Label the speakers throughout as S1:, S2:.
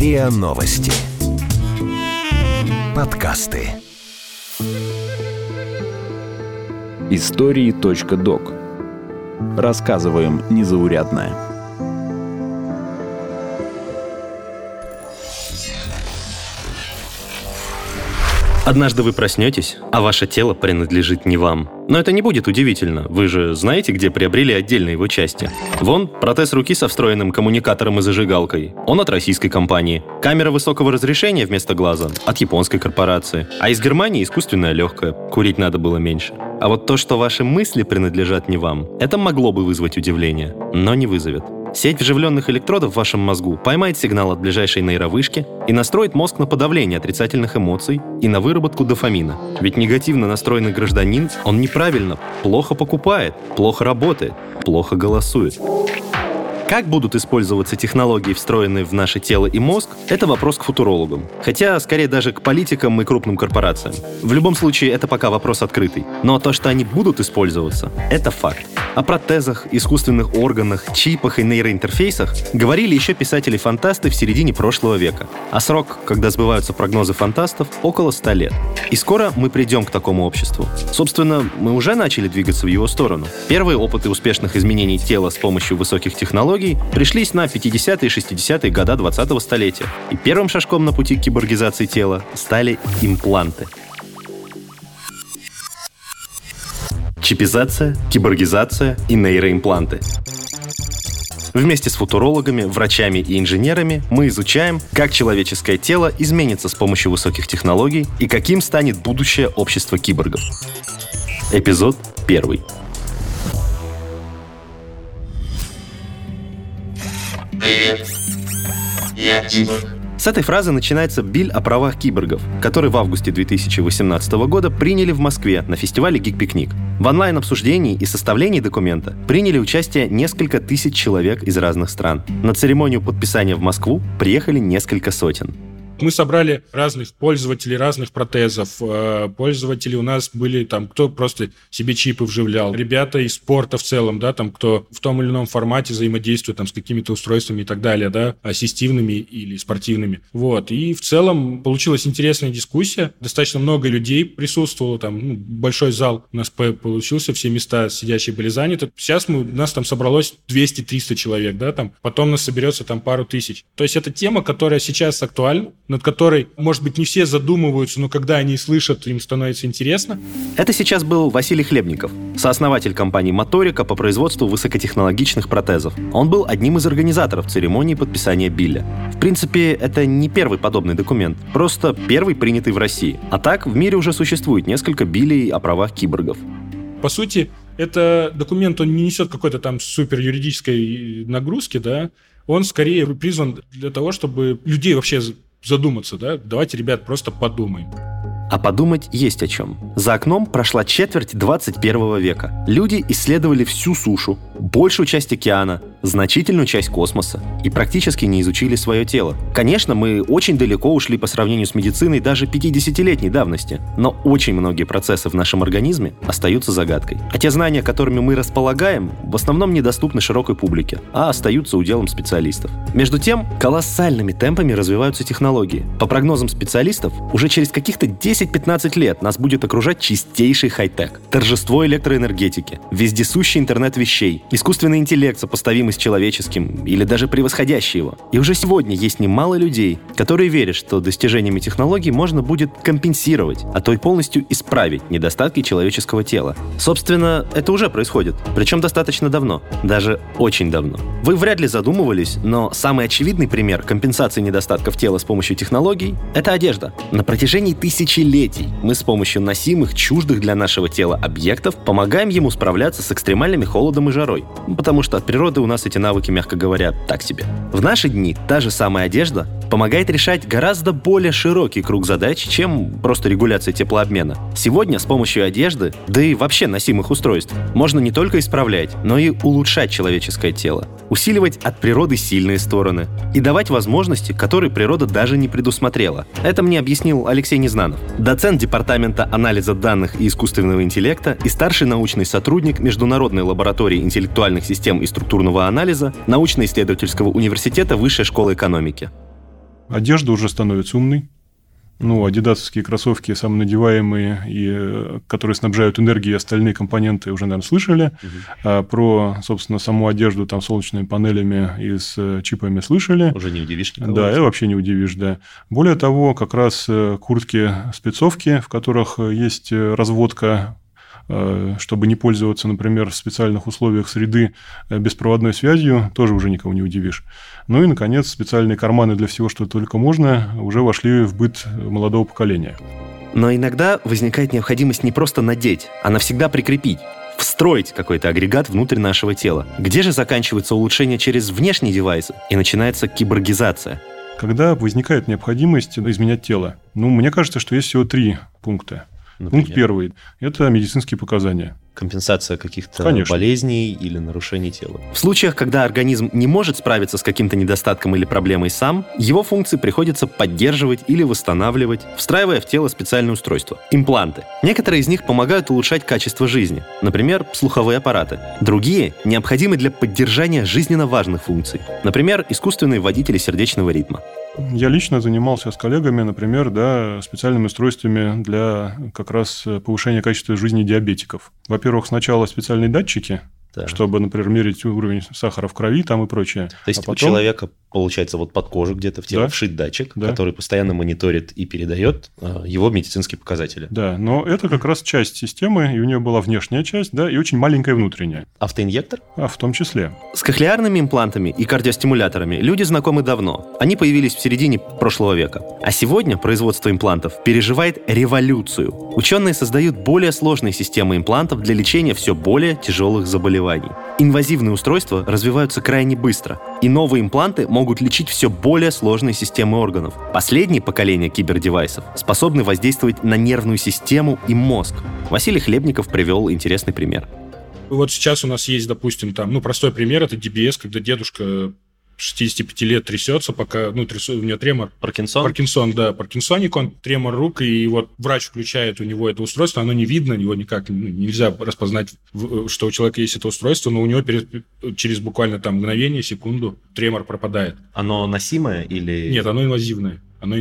S1: РИА Новости. Подкасты.
S2: Истории.док. Рассказываем незаурядное.
S3: Однажды вы проснетесь, а ваше тело принадлежит не вам. Но это не будет удивительно, вы же знаете, где приобрели отдельные его части. Вон, протез руки со встроенным коммуникатором и зажигалкой. Он от российской компании. Камера высокого разрешения вместо глаза от японской корпорации. А из Германии искусственное легкое. Курить надо было меньше. А вот то, что ваши мысли принадлежат не вам, это могло бы вызвать удивление, но не вызовет. Сеть вживленных электродов в вашем мозгу поймает сигнал от ближайшей нейровышки и настроит мозг на подавление отрицательных эмоций и на выработку дофамина. Ведь негативно настроенный гражданин, он неправильно, плохо покупает, плохо работает, плохо голосует. Как будут использоваться технологии, встроенные в наше тело и мозг, это вопрос к футурологам. Хотя, скорее, даже к политикам и крупным корпорациям. В любом случае, это пока вопрос открытый. Но то, что они будут использоваться, это факт. О протезах, искусственных органах, чипах и нейроинтерфейсах говорили еще писатели-фантасты в середине прошлого века. А срок, когда сбываются прогнозы фантастов, около 100 лет. И скоро мы придем к такому обществу. Собственно, мы уже начали двигаться в его сторону. Первые опыты успешных изменений тела с помощью высоких технологий пришлись на 50-е и 60-е годы 20-го столетия. И первым шажком на пути к киборгизации тела стали импланты. Чипизация, киборгизация и нейроимпланты. Вместе с футурологами, врачами и инженерами мы изучаем, как человеческое тело изменится с помощью высоких технологий и каким станет будущее общества киборгов. Эпизод 1.
S4: Привет, я киборг.
S3: С этой фразы начинается биль о правах киборгов, который в августе 2018 года приняли в Москве на фестивале «Гик-пикник». В онлайн-обсуждении и составлении документа приняли участие несколько тысяч человек из разных стран. На церемонию подписания в Москву приехали несколько сотен.
S5: Мы собрали разных пользователей, разных протезов. Пользователи у нас были там, кто просто себе чипы вживлял. Ребята из спорта в целом, да, там, кто в том или ином формате взаимодействует там, с какими-то устройствами и так далее, да, ассистивными или спортивными. Вот. И в целом получилась интересная дискуссия. Достаточно много людей присутствовало. Там, большой зал у нас получился, все места сидящие были заняты. Сейчас у нас там собралось 200-300 человек, да, там. Потом нас соберется там пару тысяч. То есть это тема, которая сейчас актуальна, над которой, может быть, не все задумываются, но когда они слышат, им становится интересно.
S3: Это сейчас был Василий Хлебников, сооснователь компании «Моторика» по производству высокотехнологичных протезов. Он был одним из организаторов церемонии подписания билля. В принципе, это не первый подобный документ, просто первый принятый в России. А так, в мире уже существует несколько биллей о правах киборгов.
S5: По сути, это документ, он не несет какой-то там супер юридической нагрузки, да, он скорее призван для того, чтобы людей вообще задуматься, да? Давайте, ребят, просто подумаем.
S3: А подумать есть о чем. За окном прошла четверть 21 века. Люди исследовали всю сушу, большую часть океана, значительную часть космоса и практически не изучили свое тело. Конечно, мы очень далеко ушли по сравнению с медициной даже 50-летней давности, но очень многие процессы в нашем организме остаются загадкой. А те знания, которыми мы располагаем, в основном недоступны широкой публике, а остаются уделом специалистов. Между тем, колоссальными темпами развиваются технологии. По прогнозам специалистов, уже через каких-то 10-15 лет нас будет окружать чистейший хай-тек, торжество электроэнергетики, вездесущий интернет вещей, искусственный интеллект, сопоставимый с человеческим или даже превосходящий его. И уже сегодня есть немало людей, которые верят, что достижениями технологий можно будет компенсировать, а то и полностью исправить недостатки человеческого тела. Собственно, это уже происходит, причем достаточно давно, даже очень давно. Вы вряд ли задумывались, но самый очевидный пример компенсации недостатков тела с помощью технологий — это одежда. На протяжении тысячелетий мы с помощью носимых, чуждых для нашего тела объектов помогаем ему справляться с экстремальными холодом и жарой, потому что от природы у нас эти навыки, мягко говоря, так себе. В наши дни та же самая одежда помогает решать гораздо более широкий круг задач, чем просто регуляция теплообмена. Сегодня с помощью одежды, да и вообще носимых устройств, можно не только исправлять, но и улучшать человеческое тело, усиливать от природы сильные стороны и давать возможности, которые природа даже не предусмотрела. Это мне объяснил Алексей Незнанов, доцент Департамента анализа данных и искусственного интеллекта и старший научный сотрудник Международной лаборатории интеллектуальных систем и структурного анализа Научно-исследовательского университета Высшей школы экономики.
S1: Одежда уже становится умной. Адидасовские кроссовки самонадеваемые, и, которые снабжают энергией, остальные компоненты уже, наверное, слышали. А про, собственно, саму одежду там с солнечными панелями и с чипами слышали.
S3: Уже не удивишь никого.
S1: Да, вообще не удивишь, да. Более того, как раз куртки-спецовки, в которых есть разводка, чтобы не пользоваться, например, в специальных условиях среды беспроводной связью, тоже уже никого не удивишь. И, наконец, специальные карманы для всего, что только можно, уже вошли в быт молодого поколения.
S3: Но иногда возникает необходимость не просто надеть, а навсегда прикрепить, встроить какой-то агрегат внутрь нашего тела. Где же заканчивается улучшение через внешние девайсы и начинается киборгизация?
S1: Когда возникает необходимость изменять тело? Мне кажется, что есть всего 3 пункта.
S3: Например?
S1: Пункт 1 – это медицинские показания.
S3: Компенсация каких-то
S1: Конечно.
S3: болезней или нарушений тела. В случаях, когда организм не может справиться с каким-то недостатком или проблемой сам, его функции приходится поддерживать или восстанавливать, встраивая в тело специальные устройства – импланты. Некоторые из них помогают улучшать качество жизни, например, слуховые аппараты. Другие необходимы для поддержания жизненно важных функций, например, искусственные водители сердечного ритма.
S1: Я лично занимался с коллегами, например, специальными устройствами для как раз повышения качества жизни диабетиков. Во-первых, сначала специальные датчики, чтобы, например, мерить уровень сахара в крови там и прочее.
S3: То есть у человека, получается, под кожу где-то в тело вшит датчик, который постоянно мониторит и передает его медицинские показатели.
S1: Да, но это как раз часть системы, и у нее была внешняя часть, и очень маленькая внутренняя.
S3: Автоинъектор?
S1: В том числе.
S3: С кохлеарными имплантами и кардиостимуляторами люди знакомы давно. Они появились в середине прошлого века. А сегодня производство имплантов переживает революцию. Ученые создают более сложные системы имплантов для лечения все более тяжелых заболеваний. Инвазивные устройства развиваются крайне быстро, и новые импланты могут лечить все более сложные системы органов. Последние поколения кибердевайсов способны воздействовать на нервную систему и мозг. Василий Хлебников привел интересный пример.
S5: Вот сейчас у нас есть, допустим, простой пример, это DBS, когда дедушка 65 лет трясется, пока, у него тремор. Паркинсон, да, паркинсоник, он тремор рук, и вот врач включает у него это устройство, оно не видно, его никак нельзя распознать, что у человека есть это устройство, но у него через буквально мгновение, секунду тремор пропадает.
S3: Оно носимое или...
S5: Нет, оно инвазивное.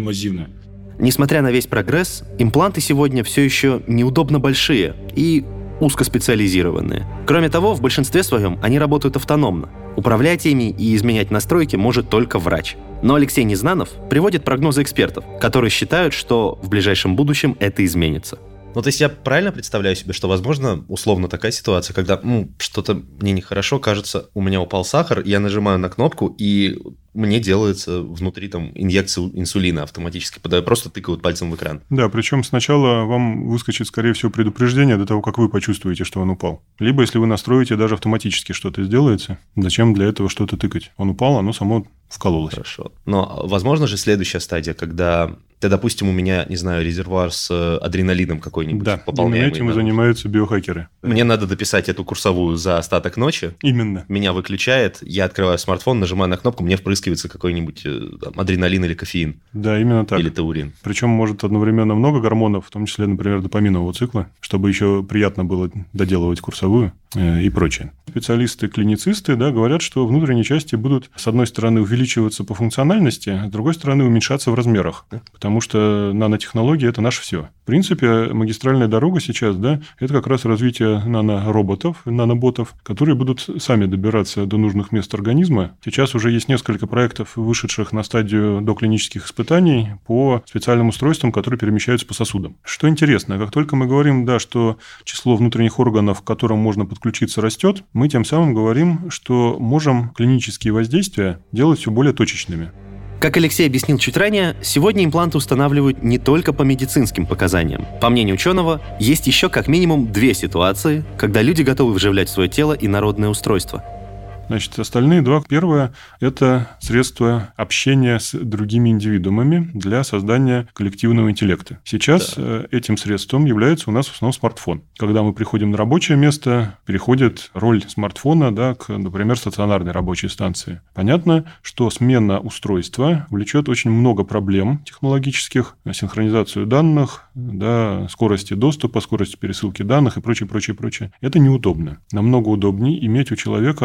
S3: Несмотря на весь прогресс, импланты сегодня все еще неудобно большие и узкоспециализированные. Кроме того, в большинстве своем они работают автономно. Управлять ими и изменять настройки может только врач. Но Алексей Незнанов приводит прогнозы экспертов, которые считают, что в ближайшем будущем это изменится. То есть я правильно представляю себе, что, возможно, условно такая ситуация, когда что-то мне нехорошо, кажется, у меня упал сахар, я нажимаю на кнопку, и мне делается внутри инъекция инсулина автоматически, просто тыкают пальцем в экран.
S1: Да, причем сначала вам выскочит, скорее всего, предупреждение до того, как вы почувствуете, что он упал. Либо, если вы настроите, даже автоматически что-то сделается. Зачем для этого что-то тыкать? Он упал, оно само вкололось.
S3: Хорошо. Но возможно же следующая стадия, когда допустим, у меня, не знаю, резервуар с адреналином какой-нибудь пополняемый.
S1: Да, этим и занимаются биохакеры.
S3: Мне надо дописать эту курсовую за остаток ночи.
S1: Именно.
S3: Меня выключает, я открываю смартфон, нажимаю на кнопку, мне впрыскивается какой-нибудь адреналин или кофеин.
S1: Да, именно так.
S3: Или таурин.
S1: Причем может одновременно много гормонов, в том числе, например, допаминового цикла, чтобы еще приятно было доделывать курсовую и прочее. Специалисты-клиницисты говорят, что внутренние части будут, с одной стороны, увеличиваться по функциональности, а с другой стороны, уменьшаться в размерах. Потому что нанотехнологии – это наше все. В принципе, магистральная дорога сейчас, это как раз развитие нанороботов, наноботов, которые будут сами добираться до нужных мест организма. Сейчас уже есть несколько проектов, вышедших на стадию доклинических испытаний по специальным устройствам, которые перемещаются по сосудам. Что интересно, как только мы говорим, что число внутренних органов, к которым можно подключиться, растет, мы тем самым говорим, что можем клинические воздействия делать все более точечными.
S3: Как Алексей объяснил чуть ранее, сегодня импланты устанавливают не только по медицинским показаниям. По мнению ученого, есть еще как минимум 2 ситуации, когда люди готовы вживлять в свое тело инородное устройство.
S1: Значит, остальные 2. Первое – это средства общения с другими индивидуумами для создания коллективного интеллекта. Сейчас этим средством является у нас в основном смартфон. Когда мы приходим на рабочее место, переходит роль смартфона к, например, стационарной рабочей станции. Понятно, что смена устройства влечет очень много проблем технологических, синхронизацию данных, скорости доступа, скорости пересылки данных и прочее. Это неудобно. Намного удобнее иметь у человека одну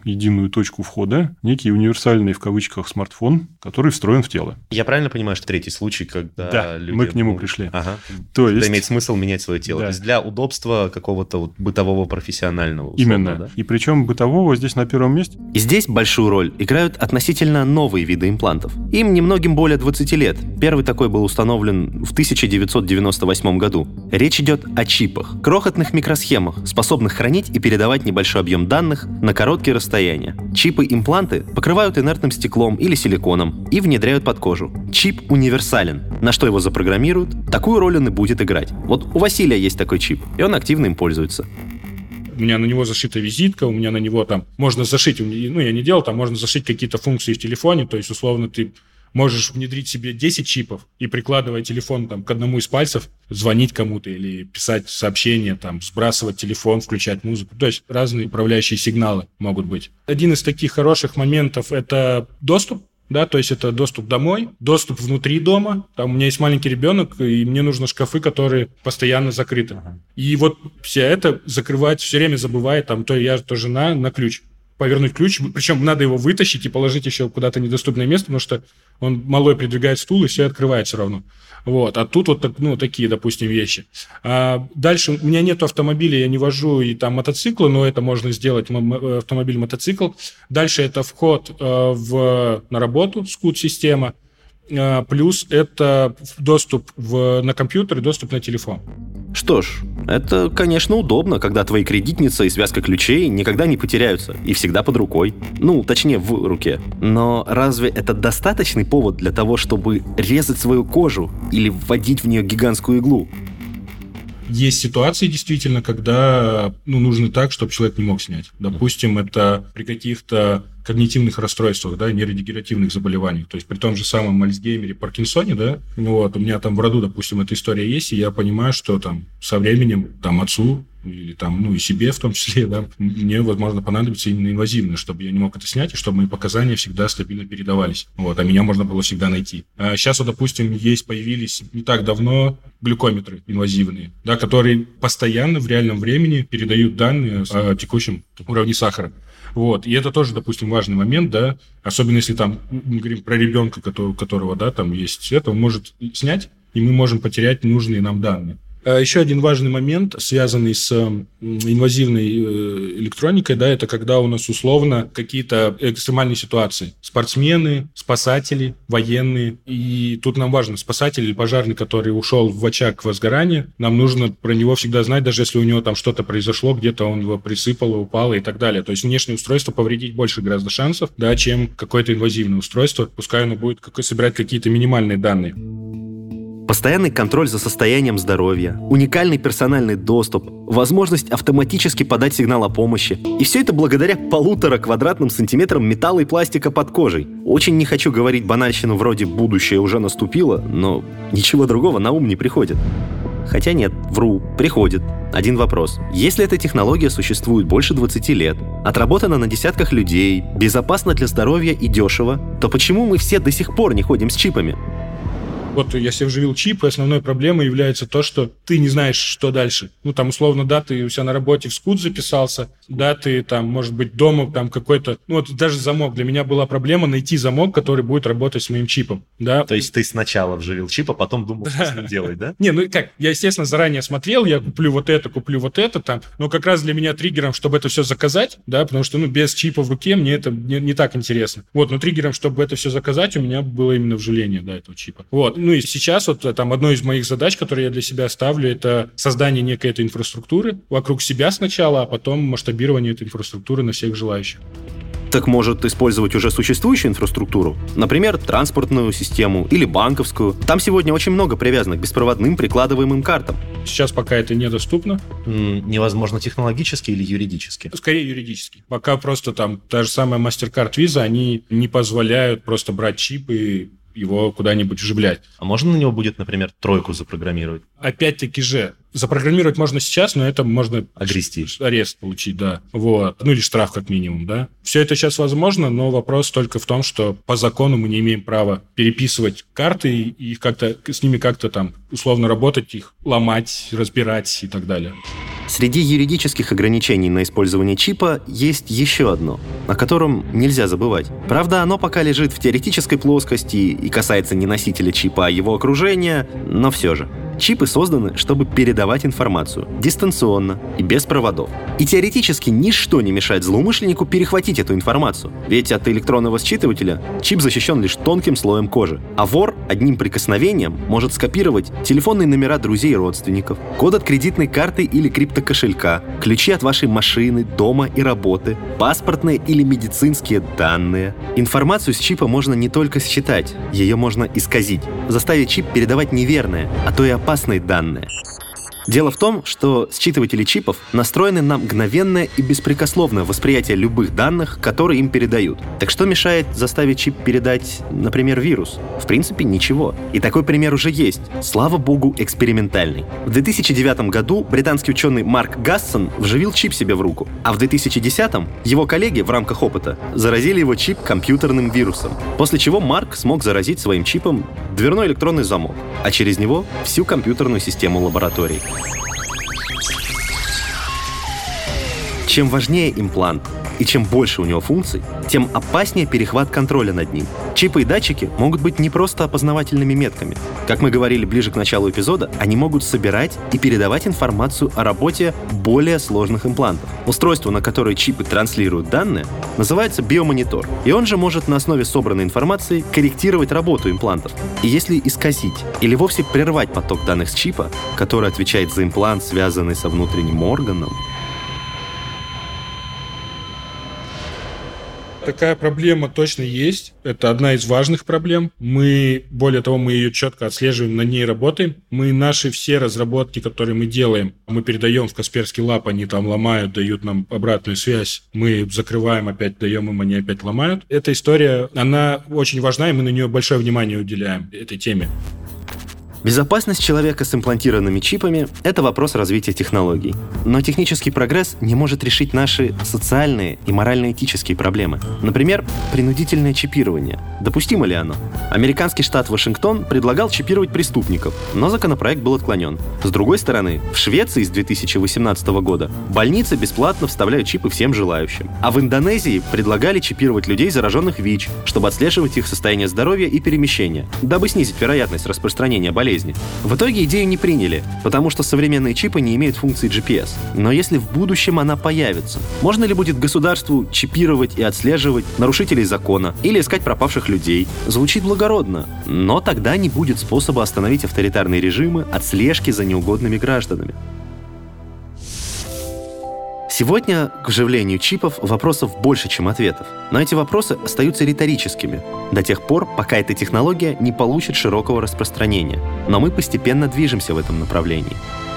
S1: единую точку входа, некий универсальный в кавычках смартфон, который встроен в тело.
S3: Я правильно понимаю, что третий случай, когда
S1: Да,
S3: люди...
S1: мы к нему пришли.
S3: Ага.
S1: То есть...
S3: Это имеет смысл менять свое тело.
S1: Да.
S3: То есть для удобства какого-то вот бытового профессионального. Условно,
S1: Именно.
S3: да?
S1: И причем бытового здесь на первом месте.
S3: И здесь большую роль играют относительно новые виды имплантов. Им немногим более 20 лет. Первый такой был установлен в 1998 году. Речь идет о чипах, крохотных микросхемах, способных хранить и передавать небольшой объем данных на короткие расстояния. Чипы-импланты покрывают инертным стеклом или силиконом и внедряют под кожу. Чип универсален. На что его запрограммируют, такую роль он и будет играть. Вот у Василия есть такой чип, и он активно им пользуется.
S5: У меня на него зашита визитка, у меня на него там можно зашить, ну, я не делал, там можно зашить какие-то функции в телефоне, то есть, условно, ты можешь внедрить себе 10 чипов и, прикладывая телефон там, к одному из пальцев, звонить кому-то или писать сообщения, там, сбрасывать телефон, включать музыку. То есть разные управляющие сигналы могут быть. Один из таких хороших моментов – это доступ. Да, то есть это доступ домой, доступ внутри дома. Там у меня есть маленький ребенок, и мне нужны шкафы, которые постоянно закрыты. И вот все это закрывать все время забывает, там, то я, то жена на ключ. Повернуть ключ, причем надо его вытащить и положить еще куда-то недоступное место, потому что он малой придвигает стул, и все открывает все равно. Вот. А тут вот ну, такие, допустим, вещи. Дальше у меня нет автомобиля, я не вожу и там мотоцикла, но это можно сделать, автомобиль-мотоцикл. Дальше это вход на работу, скут-система. Плюс это доступ на компьютер и доступ на телефон.
S3: Что ж, это, конечно, удобно, когда твои кредитница и связка ключей никогда не потеряются и всегда под рукой. Ну, точнее, в руке. Но разве это достаточный повод для того, чтобы резать свою кожу или вводить в нее гигантскую иглу?
S5: Есть ситуации, действительно, когда нужно так, чтобы человек не мог снять. Допустим, это при каких-то когнитивных расстройствах, да, нейродегенеративных заболеваниях. То есть при том же самом Альцгеймере, Паркинсоне, да, вот, у меня там в роду, допустим, эта история есть, и я понимаю, что там со временем там отцу или там, и себе в том числе, да, мне, возможно, понадобится именно инвазивное, чтобы я не мог это снять, и чтобы мои показания всегда стабильно передавались. Вот, а меня можно было всегда найти. А сейчас, вот, допустим, появились не так давно глюкометры инвазивные, да, которые постоянно в реальном времени передают данные о текущем уровне сахара. Вот. И это тоже, допустим, важный момент, да, особенно если там мы говорим про ребенка, у которого, да, там есть это, он может снять, и мы можем потерять нужные нам данные. Еще один важный момент, связанный с инвазивной электроникой, да, это когда у нас условно какие-то экстремальные ситуации. Спортсмены, спасатели, военные. И тут нам важно, спасатель или пожарный, который ушел в очаг возгорания, нам нужно про него всегда знать, даже если у него там что-то произошло, где-то он его присыпало, упало и так далее. То есть внешнее устройство повредить больше гораздо шансов, да, чем какое-то инвазивное устройство, пускай оно будет собирать какие-то минимальные данные.
S3: Постоянный контроль за состоянием здоровья, уникальный персональный доступ, возможность автоматически подать сигнал о помощи. И все это благодаря 1,5 квадратным сантиметрам металла и пластика под кожей. Очень не хочу говорить банальщину вроде «будущее уже наступило», но ничего другого на ум не приходит. Хотя нет, вру, приходит. Один вопрос. Если эта технология существует больше 20 лет, отработана на десятках людей, безопасна для здоровья и дешево, то почему мы все до сих пор не ходим с чипами?
S5: Вот я себе вживил чип, и основной проблемой является то, что ты не знаешь, что дальше. Там, условно, да, ты у себя на работе в скут записался, да, ты там, может быть, дома там какой-то... даже замок. Для меня была проблема найти замок, который будет работать с моим чипом, да.
S3: То есть ты сначала вживил чип, а потом думал, что с ним делать, да?
S5: Не, я, естественно, заранее смотрел, я куплю вот это там, но как раз для меня триггером, чтобы это все заказать, да, потому что, без чипа в руке мне это не так интересно. Вот, но триггером, чтобы это все заказать, у меня было именно вживление, да, этого чипа. Вот. И сейчас вот там одной из моих задач, которые я для себя ставлю, это создание некой этой инфраструктуры вокруг себя сначала, а потом масштабирование этой инфраструктуры на всех желающих.
S3: Так может использовать уже существующую инфраструктуру? Например, транспортную систему или банковскую. Там сегодня очень много привязано к беспроводным прикладываемым картам.
S5: Сейчас пока это недоступно.
S3: Невозможно технологически или юридически?
S5: Скорее юридически. Пока просто там та же самая MasterCard, Visa, они не позволяют просто брать чип и его куда-нибудь вживлять.
S3: А можно на него будет, например, 3 запрограммировать?
S5: Опять-таки же, Запрограммировать можно сейчас, но это можно...
S3: Огрести.
S5: Арест получить, да. Вот. Или штраф как минимум, да. Все это сейчас возможно, но вопрос только в том, что по закону мы не имеем права переписывать карты и как-то с ними как-то там условно работать, их ломать, разбирать и так далее.
S3: Среди юридических ограничений на использование чипа есть еще одно, о котором нельзя забывать. Правда, оно пока лежит в теоретической плоскости и касается не носителя чипа, а его окружения, но все же. Чипы созданы, чтобы передавать информацию дистанционно и без проводов. И теоретически ничто не мешает злоумышленнику перехватить эту информацию. Ведь от электронного считывателя чип защищен лишь тонким слоем кожи. А вор одним прикосновением может скопировать телефонные номера друзей и родственников, код от кредитной карты или криптокошелька, ключи от вашей машины, дома и работы, паспортные или медицинские данные. Информацию с чипа можно не только считать, ее можно исказить, заставить чип передавать неверные, а то и опасные данные. Дело в том, что считыватели чипов настроены на мгновенное и беспрекословное восприятие любых данных, которые им передают. Так что мешает заставить чип передать, например, вирус? В принципе, ничего. И такой пример уже есть. Слава богу, экспериментальный. В 2009 году британский ученый Марк Гассон вживил чип себе в руку, а в 2010 его коллеги в рамках опыта заразили его чип компьютерным вирусом, после чего Марк смог заразить своим чипом дверной электронный замок, а через него всю компьютерную систему лаборатории. Чем важнее имплант и чем больше у него функций, тем опаснее перехват контроля над ним. Чипы и датчики могут быть не просто опознавательными метками. Как мы говорили ближе к началу эпизода, они могут собирать и передавать информацию о работе более сложных имплантов. Устройство, на которое чипы транслируют данные, называется биомонитор, и он же может на основе собранной информации корректировать работу имплантов. И если исказить или вовсе прервать поток данных с чипа, который отвечает за имплант, связанный со внутренним органом,
S5: Такая проблема точно есть. Это одна из важных проблем. Более того, мы ее четко отслеживаем, на ней работаем. Наши все разработки, которые мы делаем, мы передаем в Касперский Лаб, они там ломают, дают нам обратную связь. Мы закрываем, опять даем им, они опять ломают. Эта история, она очень важна, и мы на нее большое внимание уделяем, этой теме.
S3: Безопасность человека с имплантированными чипами – это вопрос развития технологий. Но технический прогресс не может решить наши социальные и морально-этические проблемы. Например, принудительное чипирование. Допустимо ли оно? Американский штат Вашингтон предлагал чипировать преступников, но законопроект был отклонен. С другой стороны, в Швеции с 2018 года больницы бесплатно вставляют чипы всем желающим. А в Индонезии предлагали чипировать людей, зараженных ВИЧ, чтобы отслеживать их состояние здоровья и перемещения, дабы снизить вероятность распространения болезни. В итоге идею не приняли, потому что современные чипы не имеют функции GPS. Но если в будущем она появится, можно ли будет государству чипировать и отслеживать нарушителей закона или искать пропавших людей? Звучит благородно, но тогда не будет способа остановить авторитарные режимы от слежки за неугодными гражданами. Сегодня к вживлению чипов вопросов больше, чем ответов. Но эти вопросы остаются риторическими до тех пор, пока эта технология не получит широкого распространения. Но мы постепенно движемся в этом направлении.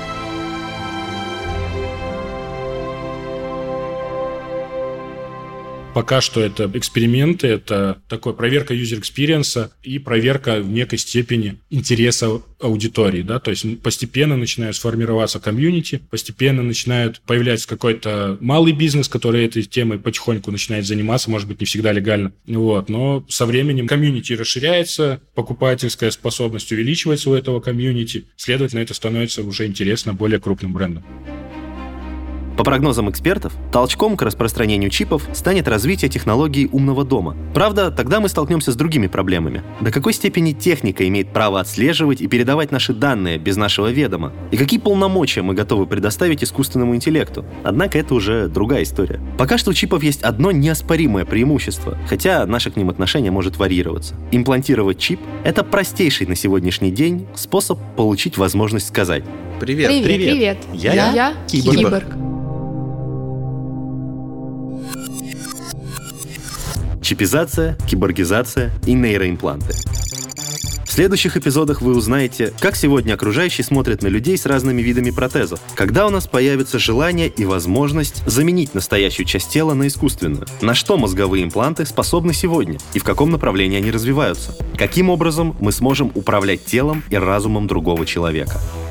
S5: Пока что это эксперименты, это такая проверка user experience и проверка в некой степени интереса аудитории, да, то есть постепенно начинает сформироваться комьюнити, постепенно начинает появляться какой-то малый бизнес, который этой темой потихоньку начинает заниматься, может быть, не всегда легально, но со временем комьюнити расширяется, покупательская способность увеличивается у этого комьюнити, следовательно, это становится уже интересно более крупным брендом.
S3: По прогнозам экспертов, толчком к распространению чипов станет развитие технологии умного дома. Правда, тогда мы столкнемся с другими проблемами. До какой степени техника имеет право отслеживать и передавать наши данные без нашего ведома? И какие полномочия мы готовы предоставить искусственному интеллекту? Однако это уже другая история. Пока что у чипов есть одно неоспоримое преимущество, хотя наше к ним отношение может варьироваться. Имплантировать чип — это простейший на сегодняшний день способ получить возможность сказать:
S6: Привет. Я киборг.
S3: Чипизация, киборгизация и нейроимпланты. В следующих эпизодах вы узнаете, как сегодня окружающие смотрят на людей с разными видами протезов, когда у нас появится желание и возможность заменить настоящую часть тела на искусственную, на что мозговые импланты способны сегодня и в каком направлении они развиваются, каким образом мы сможем управлять телом и разумом другого человека.